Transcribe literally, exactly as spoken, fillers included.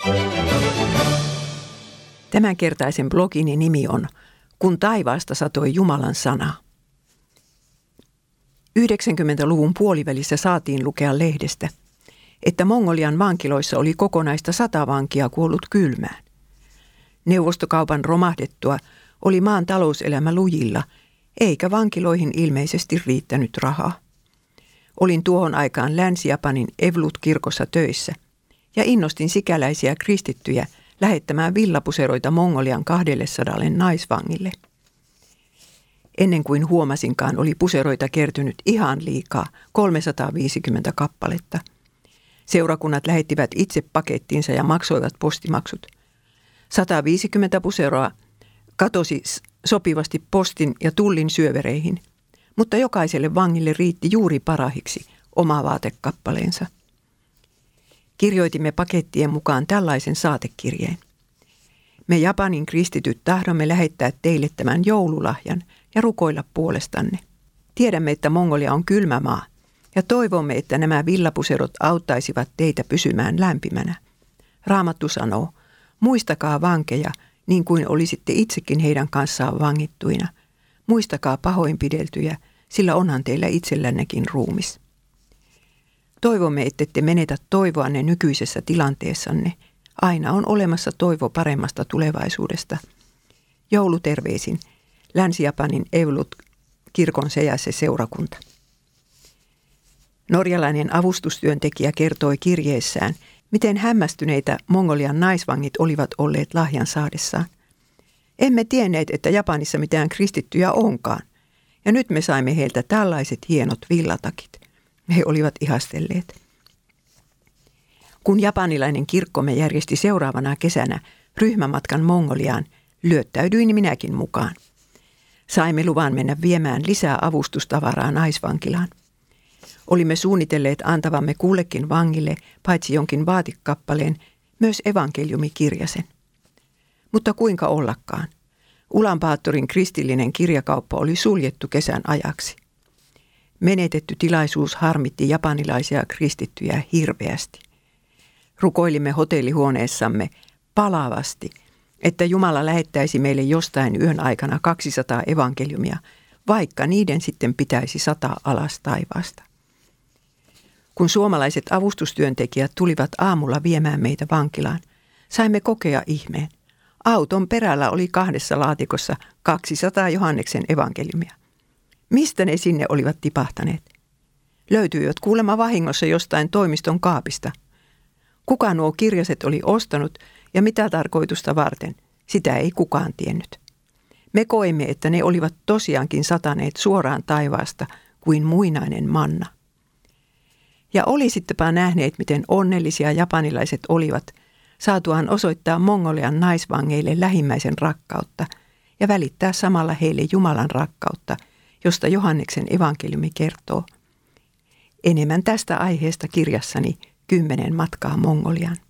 Tämänkertaisen blogini nimi on Kun taivaasta satoi Jumalan sana. yhdeksänkymmentäluvun puolivälissä saatiin lukea lehdestä, että Mongolian vankiloissa oli kokonaista sata vankia kuollut kylmään. Neuvostokaupan romahdettua oli maan talouselämä lujilla, eikä vankiloihin ilmeisesti riittänyt rahaa. Olin tuohon aikaan Länsi-Japanin Evlut-kirkossa töissä ja innostin sikäläisiä kristittyjä lähettämään villapuseroita Mongolian kahdellesadalle naisvangille. Ennen kuin huomasinkaan, oli puseroita kertynyt ihan liikaa, kolmesataaviisikymmentä kappaletta. Seurakunnat lähettivät itse pakettinsa ja maksoivat postimaksut. sata viisikymmentä puseroa katosi sopivasti postin ja tullin syövereihin, mutta jokaiselle vangille riitti juuri parahiksi oma vaatekappaleensa. Kirjoitimme pakettien mukaan tällaisen saatekirjeen. Me Japanin kristityt tahdomme lähettää teille tämän joululahjan ja rukoilla puolestanne. Tiedämme, että Mongolia on kylmä maa ja toivomme, että nämä villapuserot auttaisivat teitä pysymään lämpimänä. Raamattu sanoo, muistakaa vankeja niin kuin olisitte itsekin heidän kanssaan vangittuina. Muistakaa pahoinpideltyjä, sillä onhan teillä itsellännekin ruumis. Toivomme, ettette menetä toivoanne nykyisessä tilanteessanne. Aina on olemassa toivo paremmasta tulevaisuudesta. Jouluterveisin Länsi-Japanin Evlut-kirkon seässä seurakunta. Norjalainen avustustyöntekijä kertoi kirjeessään, miten hämmästyneitä Mongolian naisvangit olivat olleet lahjan saadessaan. Emme tienneet, että Japanissa mitään kristittyjä onkaan, ja nyt me saimme heiltä tällaiset hienot villatakit. He olivat ihastelleet. Kun japanilainen kirkkomme järjesti seuraavana kesänä ryhmämatkan Mongoliaan, lyöttäydyin minäkin mukaan. Saimme luvan mennä viemään lisää avustustavaraa naisvankilaan. Olimme suunnitelleet antavamme kullekin vangille, paitsi jonkin vaatikappaleen, myös evankeliumikirjasen. Mutta kuinka ollakaan? Ulaanbaatorin kristillinen kirjakauppa oli suljettu kesän ajaksi. Menetetty tilaisuus harmitti japanilaisia kristittyjä hirveästi. Rukoilimme hotellihuoneessamme palavasti, että Jumala lähettäisi meille jostain yön aikana kaksisataa evankeliumia, vaikka niiden sitten pitäisi sataa alas taivaasta. Kun suomalaiset avustustyöntekijät tulivat aamulla viemään meitä vankilaan, saimme kokea ihmeen. Auton perällä oli kahdessa laatikossa kaksisataa Johanneksen evankeliumia. Mistä ne sinne olivat tipahtaneet? Löytyivät kuulemma vahingossa jostain toimiston kaapista. Kuka nuo kirjaset oli ostanut ja mitä tarkoitusta varten, sitä ei kukaan tiennyt. Me koimme, että ne olivat tosiaankin sataneet suoraan taivaasta kuin muinainen manna. Ja olisittepä nähneet, miten onnellisia japanilaiset olivat, saatuaan osoittaa Mongolian naisvangeille lähimmäisen rakkautta ja välittää samalla heille Jumalan rakkautta, josta Johanneksen evankeliumi kertoo. Enemmän tästä aiheesta kirjassani Kymmenen matkaa Mongoliaan.